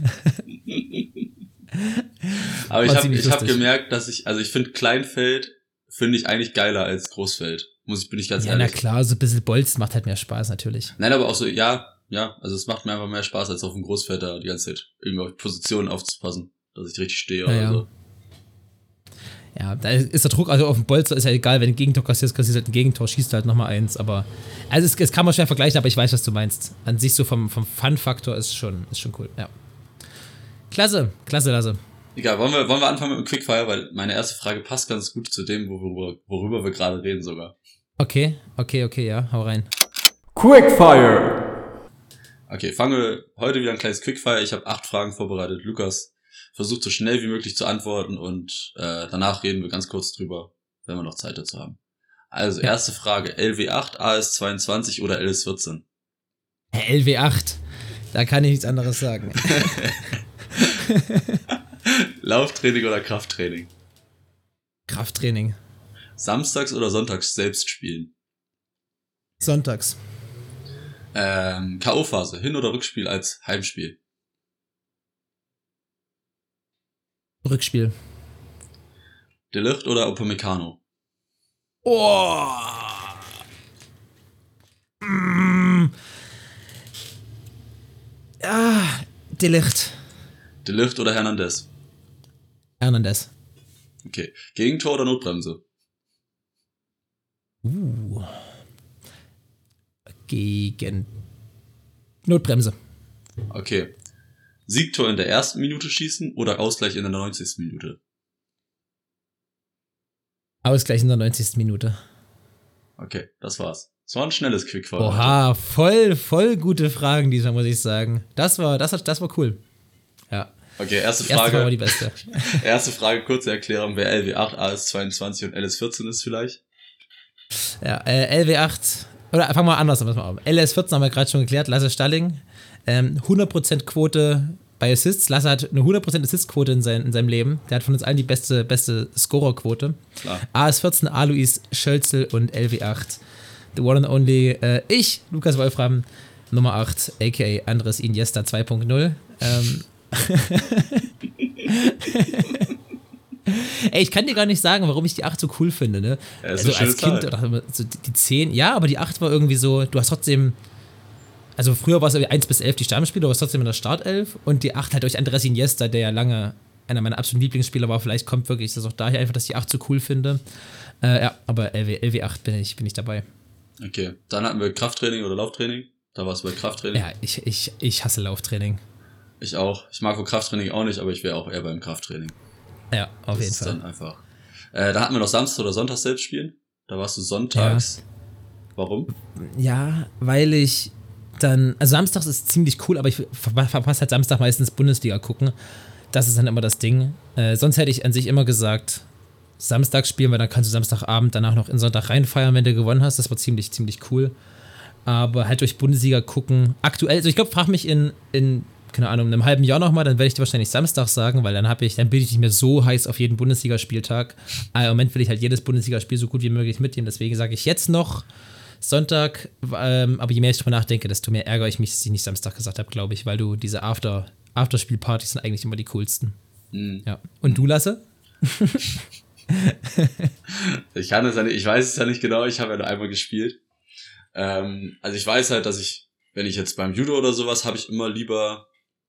Aber ich hab gemerkt, dass ich finde Kleinfeld finde ich eigentlich geiler als Großfeld. Bin ich ganz ehrlich. Ja, na klar, so ein bisschen Bolz macht halt mehr Spaß natürlich. Nein, aber auch so, ja, also es macht mir einfach mehr Spaß, als auf dem Großfeld da die ganze Zeit irgendwie auf Positionen aufzupassen, dass ich richtig stehe oder so. Ja, da ist der Druck, also auf dem Bolzer ist ja egal, wenn du ein Gegentor kassierst halt ein Gegentor, schießt halt nochmal eins, aber, also es kann man schwer vergleichen, aber ich weiß, was du meinst. An sich so vom Fun-Faktor ist schon cool, ja. Klasse, Lasse. Egal, wollen wir anfangen mit dem Quickfire, weil meine erste Frage passt ganz gut zu dem, worüber wir gerade reden sogar. Okay, ja, hau rein. Quickfire! Okay, fangen wir heute wieder ein kleines Quickfire. Ich habe 8 Fragen vorbereitet. Lukas versucht so schnell wie möglich zu antworten und danach reden wir ganz kurz drüber, wenn wir noch Zeit dazu haben. Also, erste Frage, LW8, AS22 oder LS14? LW8, da kann ich nichts anderes sagen. Lauftraining oder Krafttraining? Krafttraining. Samstags oder sonntags selbst spielen? Sonntags. K.O.-Phase, Hin- oder Rückspiel als Heimspiel? Rückspiel. De Ligt oder Upamecano? Oh! De Ligt. De Ligt oder Hernandez? Hernandez. Okay. Gegentor oder Notbremse? Gegen Notbremse. Okay. Siegtor in der ersten Minute schießen oder Ausgleich in der 90. Minute? Ausgleich in der 90. Minute. Okay, das war's. Das war ein schnelles Quickfire. Oha, voll gute Fragen diesmal, muss ich sagen. Das war cool. Ja. Okay, erste Die erste Frage. Frage war die beste. Erste Frage, kurze Erklärung, wer LW8, AS22 und LS14 ist vielleicht. Ja, LW8, oder fangen wir mal anders an. LS14 haben wir gerade schon geklärt, Lasse Stalling. 100% Quote bei Assists. Lasse hat eine 100% Assist-Quote in seinem Leben. Der hat von uns allen die beste Scorer-Quote. Klar. AS14, Alois Schölzel und LW8. The one and only ich, Lukas Wolfram, Nummer 8, a.k.a. Andres Iniesta 2.0. Ey, ich kann dir gar nicht sagen, warum ich die 8 so cool finde, ne? Ja, ist also eine als schöne Kind Zahl. oder so die 10, ja, aber die 8 war irgendwie so, du hast trotzdem, also früher war es irgendwie 1 bis 11 die Stammspieler, du warst trotzdem in der Startelf und die 8 halt durch Andres Iniesta, der ja lange einer meiner absoluten Lieblingsspieler war, vielleicht kommt wirklich das auch daher einfach, dass ich die 8 so cool finde. Ja, aber LW8 bin ich dabei. Okay, dann hatten wir Krafttraining oder Lauftraining. Da warst du bei Krafttraining. Ja, ich hasse Lauftraining. Ich auch. Ich mag wohl Krafttraining auch nicht, aber ich wäre auch eher beim Krafttraining. Ja, auf jeden Das ist Fall. dann einfach. Da hatten wir noch Samstag oder Sonntags selbst spielen. Da warst du sonntags. Ja. Warum? Ja, weil ich dann, also samstags ist ziemlich cool, aber ich verpasse halt Samstag meistens Bundesliga gucken. Das ist dann immer das Ding. Sonst hätte ich an sich immer gesagt, Samstag spielen, weil dann kannst du Samstagabend danach noch in Sonntag reinfeiern, wenn du gewonnen hast. Das war ziemlich cool. Aber halt durch Bundesliga gucken. Aktuell, also ich glaube, frag mich in keine Ahnung, in einem halben Jahr nochmal, dann werde ich dir wahrscheinlich Samstag sagen, weil dann bin ich nicht mehr so heiß auf jeden Bundesligaspieltag. Aber im Moment will ich halt jedes Bundesligaspiel so gut wie möglich mitnehmen. Deswegen sage ich jetzt noch Sonntag. Aber je mehr ich drüber nachdenke, desto mehr ärgere ich mich, dass ich nicht Samstag gesagt habe, glaube ich, weil du diese Afterspielpartys sind eigentlich immer die coolsten. Mhm. Ja. Und du, Lasse? Ich kann es ja nicht, ich weiß es ja nicht genau, ich habe ja nur einmal gespielt. Also ich weiß halt, dass wenn ich jetzt beim Judo oder sowas, habe ich immer lieber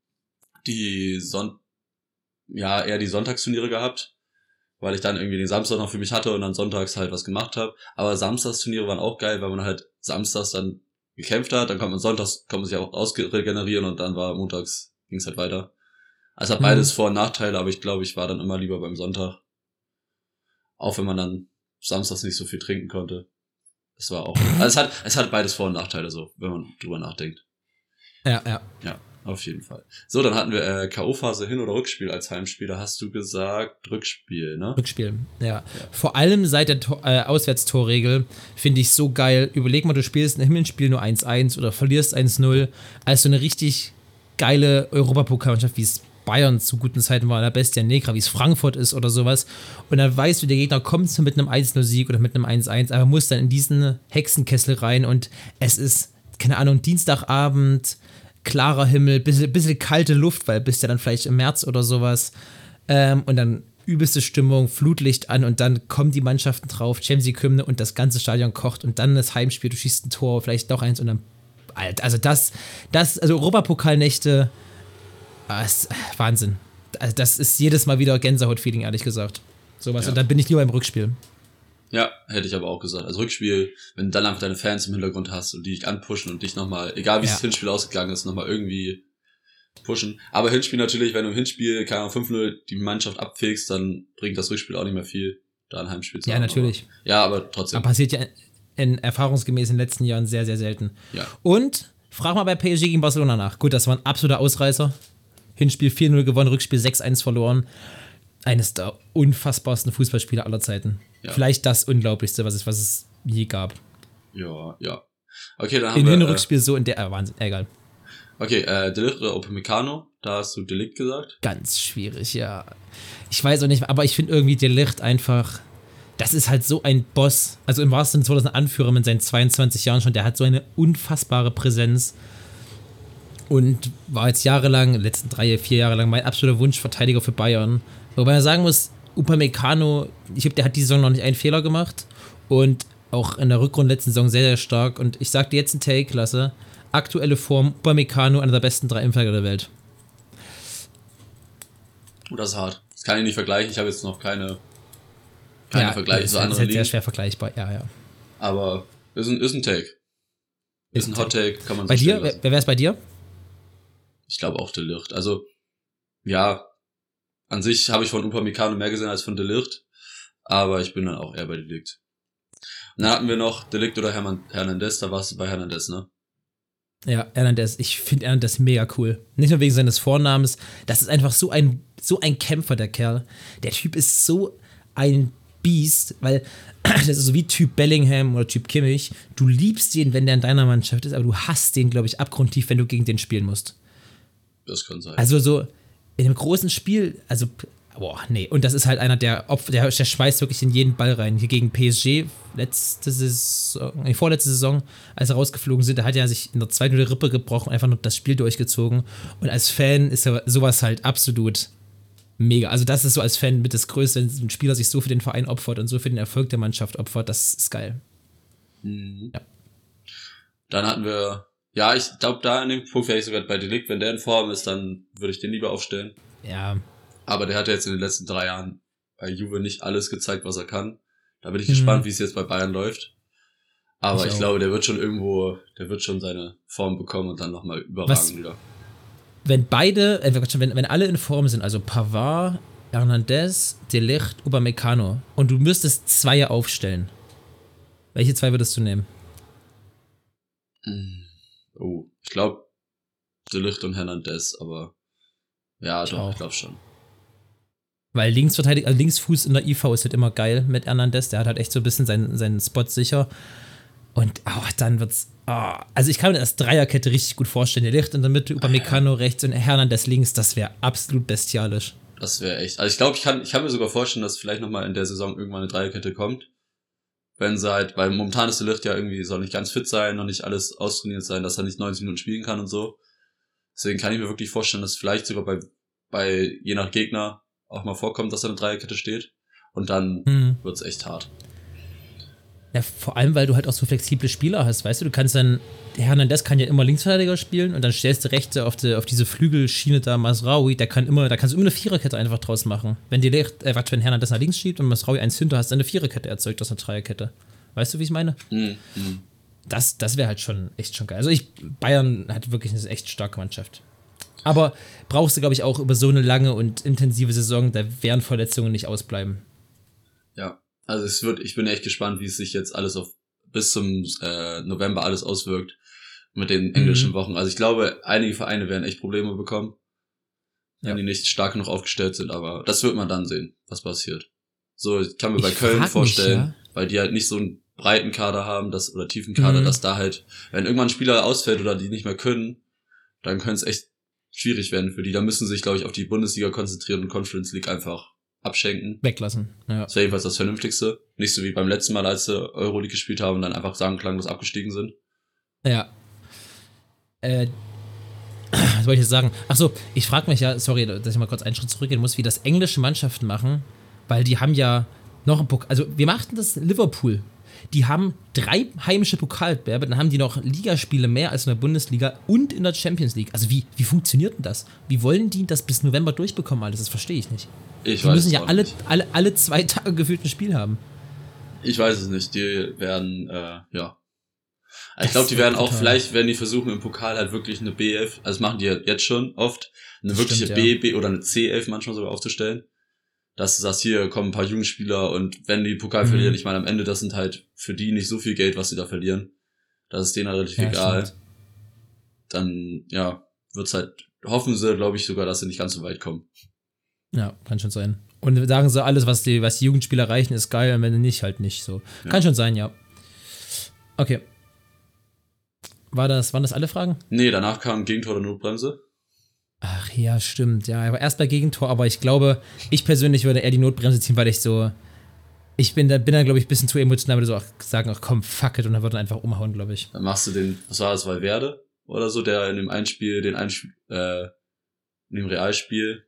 eher die Sonntagsturniere gehabt, weil ich dann irgendwie den Samstag noch für mich hatte und dann sonntags halt was gemacht habe. Aber Samstagsturniere waren auch geil, weil man halt samstags dann gekämpft hat, dann konnte man sich auch ausregenerieren und dann war montags, ging es halt weiter. Also hat beides Vor- und Nachteile, aber ich glaube, ich war dann immer lieber beim Sonntag. Auch wenn man dann samstags nicht so viel trinken konnte. Es war auch, also es hat beides Vor- und Nachteile so, wenn man drüber nachdenkt. Ja. Ja, auf jeden Fall. So, dann hatten wir K.O.-Phase Hin- oder Rückspiel als Heimspiel. Da hast du gesagt Rückspiel, ne? Rückspiel, ja. Vor allem seit der Auswärtstorregel finde ich so geil. Überleg mal, du spielst ein Hinspiel nur 1-1 oder verlierst 1-0. Also eine richtig geile Europapokalmannschaft, wie es Bayern zu guten Zeiten war der Bestia Negra, wie es Frankfurt ist oder sowas. Und dann weißt du, der Gegner kommt mit einem 1-0-Sieg oder mit einem 1-1, aber muss dann in diesen Hexenkessel rein und es ist, keine Ahnung, Dienstagabend, klarer Himmel, bisschen kalte Luft, weil bist ja dann vielleicht im März oder sowas. Und dann übelste Stimmung, Flutlicht an und dann kommen die Mannschaften drauf, Champions League-Hymne und das ganze Stadion kocht und dann das Heimspiel, du schießt ein Tor, vielleicht doch eins und dann, also Europapokalnächte, Wahnsinn. Also das ist jedes Mal wieder Gänsehaut-Feeling, ehrlich gesagt. Sowas. Ja. Und dann bin ich lieber im Rückspiel. Ja, hätte ich aber auch gesagt. Also Rückspiel, wenn du dann einfach deine Fans im Hintergrund hast und die dich anpushen und dich nochmal, egal wie das Hinspiel ausgegangen ist, nochmal irgendwie pushen. Aber Hinspiel natürlich, wenn du im Hinspiel, keine Ahnung, 5-0 die Mannschaft abfegst, dann bringt das Rückspiel auch nicht mehr viel, da ein Heimspiel zu haben. Ja, natürlich. Aber trotzdem. Aber passiert ja erfahrungsgemäß in den letzten Jahren sehr, sehr selten. Ja. Und, frag mal bei PSG gegen Barcelona nach. Gut, das war ein absoluter Ausreißer. Hinspiel 4-0 gewonnen, Rückspiel 6-1 verloren. Eines der unfassbarsten Fußballspiele aller Zeiten. Ja. Vielleicht das Unglaublichste, was es je gab. Ja. Okay, dann haben wir... In Rückspiel so in der... Wahnsinn, egal. Okay, Delict oder Upamecano, da hast du Delict gesagt. Ganz schwierig, ja. Ich weiß auch nicht, aber ich finde irgendwie Delict einfach... Das ist halt so ein Boss. Also im wahrsten Sinne ein Anführer mit seinen 22 Jahren schon. Der hat so eine unfassbare Präsenz. Und war jetzt jahrelang, letzten 3-4 Jahre lang, mein absoluter Wunschverteidiger für Bayern. Wobei man sagen muss, Upamecano, ich glaube, der hat die Saison noch nicht einen Fehler gemacht. Und auch in der Rückrunde letzten Saison sehr, sehr stark. Und ich sag dir jetzt einen Take-Klasse. Aktuelle Form, Upamecano, einer der besten 3 Innenverteidiger der Welt. Das ist hart. Das kann ich nicht vergleichen. Ich habe jetzt noch keine Vergleiche zu anderen Ligen. Das ist sehr schwer vergleichbar, ja. Aber ist ein Take. Ist ein Hot Take, kann man so sagen. Bei dir? Wer wäre es bei dir? Ich glaube auch Delict. Also, ja, an sich habe ich von Upamecano mehr gesehen als von Delict, aber ich bin dann auch eher bei Delict. Und dann hatten wir noch Delict oder Hernandez, da warst du bei Hernandez, ne? Ja, Hernandez, ich finde Hernandez mega cool. Nicht nur wegen seines Vornamens, das ist einfach so ein Kämpfer, der Kerl. Der Typ ist so ein Biest, weil das ist so wie Typ Bellingham oder Typ Kimmich. Du liebst den, wenn der in deiner Mannschaft ist, aber du hasst den, glaube ich, abgrundtief, wenn du gegen den spielen musst. Das kann sein. Also so in einem großen Spiel, also, nee. Und das ist halt einer, der schmeißt wirklich in jeden Ball rein. Hier gegen PSG, vorletzte Saison, als er rausgeflogen sind, da hat er sich in der zweiten Minute Rippe gebrochen, einfach nur das Spiel durchgezogen. Und als Fan ist er sowas halt absolut mega. Also das ist so als Fan mit das Größte, wenn ein Spieler sich so für den Verein opfert und so für den Erfolg der Mannschaft opfert, das ist geil. Mhm. Ja. Dann hatten wir... Ja, ich glaube, da an dem Punkt wäre ich sogar bei Delict. Wenn der in Form ist, dann würde ich den lieber aufstellen. Ja. Aber der hat ja jetzt in den letzten 3 Jahren bei Juve nicht alles gezeigt, was er kann. Da bin ich gespannt, wie es jetzt bei Bayern läuft. Aber ich glaube, der wird schon seine Form bekommen und dann nochmal überragen wieder. Wenn wenn alle in Form sind, also Pavard, Hernandez, Delict, Upamecano und du müsstest 2 aufstellen. Welche 2 würdest du nehmen? Oh, ich glaube Delict und Hernandez, aber ja, doch, ich glaube schon. Weil Linksfuß in der IV ist halt immer geil mit Hernandez, der hat halt echt so ein bisschen seinen Spot sicher. Und dann wird's. Also ich kann mir das Dreierkette richtig gut vorstellen. Delict in der Mitte, Upamecano rechts und Hernandez links, das wäre absolut bestialisch. Das wäre echt. Also ich glaube, ich kann mir sogar vorstellen, dass vielleicht nochmal in der Saison irgendwann eine Dreierkette kommt. Wenn sie halt, weil momentan ist Delict ja irgendwie, soll nicht ganz fit sein, noch nicht alles austrainiert sein, dass er nicht 90 Minuten spielen kann und so. Deswegen kann ich mir wirklich vorstellen, dass vielleicht sogar bei je nach Gegner auch mal vorkommt, dass da eine Dreierkette steht. Und dann wird's echt hart. Ja, vor allem, weil du halt auch so flexible Spieler hast, weißt du, der Hernandez kann ja immer Linksverteidiger spielen und dann stellst du rechts auf diese Flügelschiene da Mazraoui, da kannst du immer eine Viererkette einfach draus machen. Wenn wenn Hernandez nach links schiebt und Mazraoui eins hinter hast, dann eine Viererkette erzeugt aus einer Dreierkette. Weißt du, wie ich meine? Das wäre halt schon echt schon geil. Also Bayern hat wirklich eine echt starke Mannschaft. Aber brauchst du, glaube ich, auch über so eine lange und intensive Saison, da werden Verletzungen nicht ausbleiben. Ja. Also ich bin echt gespannt, wie es sich jetzt alles bis zum November alles auswirkt mit den englischen Wochen. Also ich glaube, einige Vereine werden echt Probleme bekommen, wenn die nicht stark genug aufgestellt sind, aber das wird man dann sehen, was passiert. So, ich kann mir bei Köln vorstellen, weil die halt nicht so einen breiten Kader haben, oder tiefen Kader, dass da halt, wenn irgendwann ein Spieler ausfällt oder die nicht mehr können, dann könnte es echt schwierig werden für die. Da müssen sie sich, glaube ich, auf die Bundesliga konzentrieren und Conference League einfach abschenken. Weglassen, ja. Das wäre jedenfalls das Vernünftigste. Nicht so wie beim letzten Mal, als sie Euroleague gespielt haben und dann einfach sagen klanglos abgestiegen sind. Ja. Was wollte ich jetzt sagen? Achso, ich frage mich ja, sorry, dass ich mal kurz einen Schritt zurückgehen muss, wie das englische Mannschaften machen, weil die haben ja noch einen Pokal. Also, wir machten das Liverpool. Die haben 3 heimische Pokalwettbewerbe, dann haben die noch Ligaspiele mehr als in der Bundesliga und in der Champions League. Also, wie funktioniert denn das? Wie wollen die das bis November durchbekommen, alles? Das verstehe ich nicht. Die müssen ja alle 2 Tage gefühlt ein Spiel haben. Ich weiß es nicht. Die werden, ja. Ich glaube, die werden auch, vielleicht werden die versuchen, im Pokal halt wirklich eine B11, also das machen die ja jetzt schon oft, eine wirkliche B oder eine C11 manchmal sogar aufzustellen. Dass du sagst, hier kommen ein paar Jugendspieler und wenn die Pokal verlieren, ich meine, am Ende, das sind halt für die nicht so viel Geld, was sie da verlieren. Das ist denen halt relativ egal. Stimmt. Dann, ja, wird's halt, hoffen sie, glaube ich, sogar, dass sie nicht ganz so weit kommen. Ja, kann schon sein. Und sagen sie, alles, was die Jugendspieler erreichen, ist geil, und wenn nicht, halt nicht so. Ja. Kann schon sein, ja. Okay. Waren das alle Fragen? Nee, danach kam Gegentor der Notbremse. Ach ja, stimmt. Ja, aber erst bei Gegentor, aber ich glaube, ich persönlich würde eher die Notbremse ziehen, weil ich bin da, glaube ich, ein bisschen zu emotional, würde so auch sagen, ach komm, fuck it, und dann würde er einfach umhauen, glaube ich. Dann machst du was war das, Valverde oder so, der in dem Einspiel, in dem Realspiel,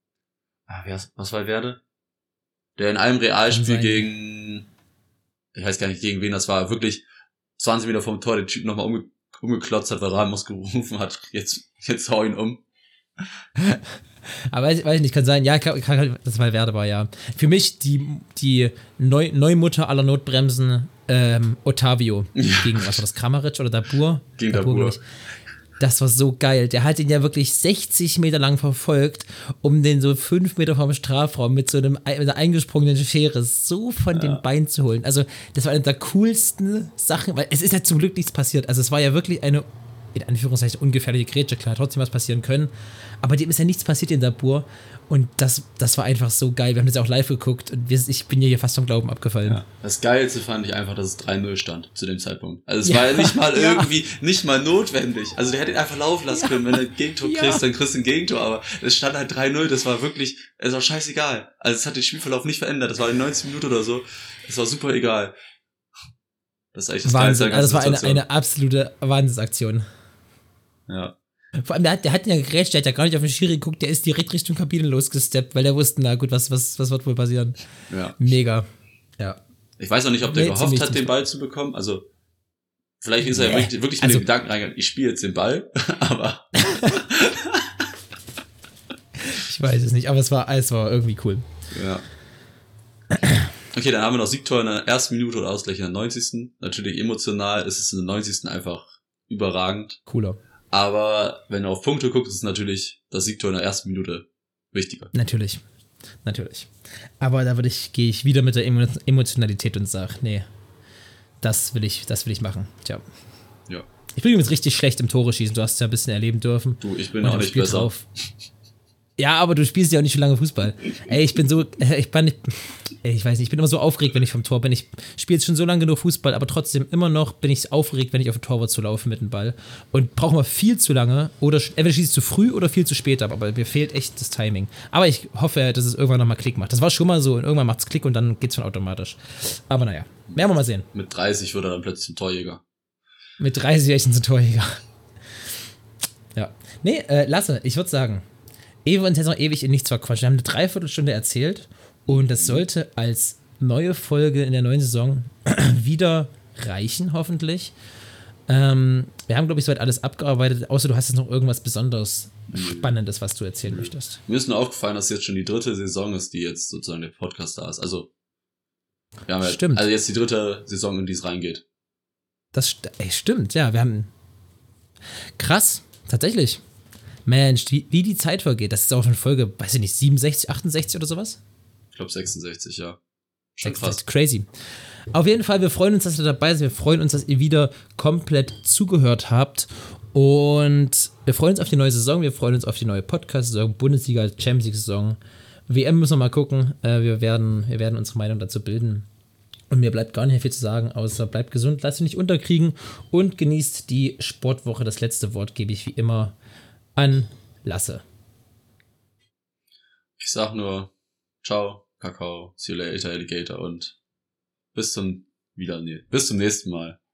was war Valverde? Der in einem Realspiel gegen, ich weiß gar nicht, gegen wen das war, wirklich 20 Meter vom Tor den Typ nochmal umgeklotzt hat, weil Ramos gerufen hat, jetzt hau ihn um. Aber weiß ich nicht, kann sein, ja, das war Valverde, ja. Für mich die Neumutter aller Notbremsen, Otavio, gegen, was war das, Kramaric oder Dabur? Gegen Dabur. Das war so geil. Der hat ihn ja wirklich 60 Meter lang verfolgt, um den so 5 Meter vom Strafraum mit einer eingesprungenen Schere so von den Beinen zu holen. Also, das war eine der coolsten Sachen, weil es ist ja zum Glück nichts passiert. Also, es war ja wirklich eine, in Anführungszeichen, ungefährliche Grätsche. Klar, trotzdem was passieren können. Aber dem ist ja nichts passiert in Dabur. Und das war einfach so geil. Wir haben das ja auch live geguckt und ich bin hier fast vom Glauben abgefallen. Ja. Das Geilste fand ich einfach, dass es 3-0 stand zu dem Zeitpunkt. Also es war ja nicht mal irgendwie, nicht mal notwendig. Also der hätte ihn einfach laufen lassen können. Wenn du ein Gegentor kriegst, dann kriegst du ein Gegentor. Aber es stand halt 3-0. Das war wirklich, es war scheißegal. Also es hat den Spielverlauf nicht verändert. Das war in 90 Minuten oder so. Es war super egal. Das ist eigentlich das Wahnsinn. Also das war eine absolute Wahnsinnsaktion. Ja. Vor allem, der hat ihn ja gegrätscht, der hat ja gar nicht auf den Schiri geguckt, der ist direkt Richtung Kabine losgesteppt, weil der wusste, na gut, was wird wohl passieren. Ja. Mega. Ja. Ich weiß auch nicht, ob der gehofft hat, den Ball zu bekommen, also vielleicht ist er wirklich mit dem Gedanken reingegangen, ich spiele jetzt den Ball, aber ich weiß es nicht, aber es war irgendwie cool. Ja. Okay, dann haben wir noch Siegtor in der ersten Minute oder Ausgleich in der 90. Natürlich emotional ist es in der 90. einfach überragend. Cooler. Aber wenn du auf Punkte guckst, ist natürlich das Siegtor in der ersten Minute wichtiger. Natürlich. Aber da gehe ich wieder mit der Emotionalität und sage, nee, das will ich machen. Tja. Ja. Ich bin übrigens richtig schlecht im Tore schießen, du hast es ja ein bisschen erleben dürfen. Du, ich bin auch nicht besser. Drauf. Ja, aber du spielst ja auch nicht schon lange Fußball. Ey, ich weiß nicht, ich bin immer so aufgeregt, wenn ich vom Tor bin. Ich spiele jetzt schon so lange genug Fußball, aber trotzdem immer noch bin ich aufgeregt, wenn ich auf den Torwart zu laufen mit dem Ball. Und brauche mal viel zu lange oder entweder schieße ich zu früh oder viel zu spät ab, aber mir fehlt echt das Timing. Aber ich hoffe, dass es irgendwann nochmal Klick macht. Das war schon mal so und irgendwann macht es Klick und dann geht's von automatisch. Aber naja, werden wir mal sehen. Mit 30 wird er dann plötzlich zum Torjäger. Mit 30 echt zum Torjäger. Ja. Nee, Lasse, ich würde sagen, ehe wir uns jetzt noch ewig in nichts verquatschen. Wir haben eine Dreiviertelstunde erzählt und das sollte als neue Folge in der neuen Saison wieder reichen, hoffentlich. Wir haben, glaube ich, soweit alles abgearbeitet, außer du hast jetzt noch irgendwas besonders Spannendes, was du erzählen möchtest. Mir ist nur aufgefallen, dass jetzt schon die 3. Saison ist, die jetzt sozusagen der Podcast da ist. Also, wir haben stimmt. Also jetzt die 3. Saison, in die es reingeht. Das stimmt, ja. Wir haben krass, tatsächlich. Mensch, wie die Zeit vergeht. Das ist auch schon Folge, weiß ich nicht, 67, 68 oder sowas? Ich glaube 66, ja. Schon krass. Crazy. Auf jeden Fall, wir freuen uns, dass ihr dabei seid. Wir freuen uns, dass ihr wieder komplett zugehört habt. Und wir freuen uns auf die neue Saison. Wir freuen uns auf die neue Podcast-Saison, Bundesliga, Champions League-Saison. WM müssen wir mal gucken. Wir werden unsere Meinung dazu bilden. Und mir bleibt gar nicht mehr viel zu sagen, außer bleibt gesund, lasst euch nicht unterkriegen und genießt die Sportwoche. Das letzte Wort gebe ich wie immer an lasse. Ich sag nur, ciao, Kakao, see you later, Alligator und bis zum nächsten Mal.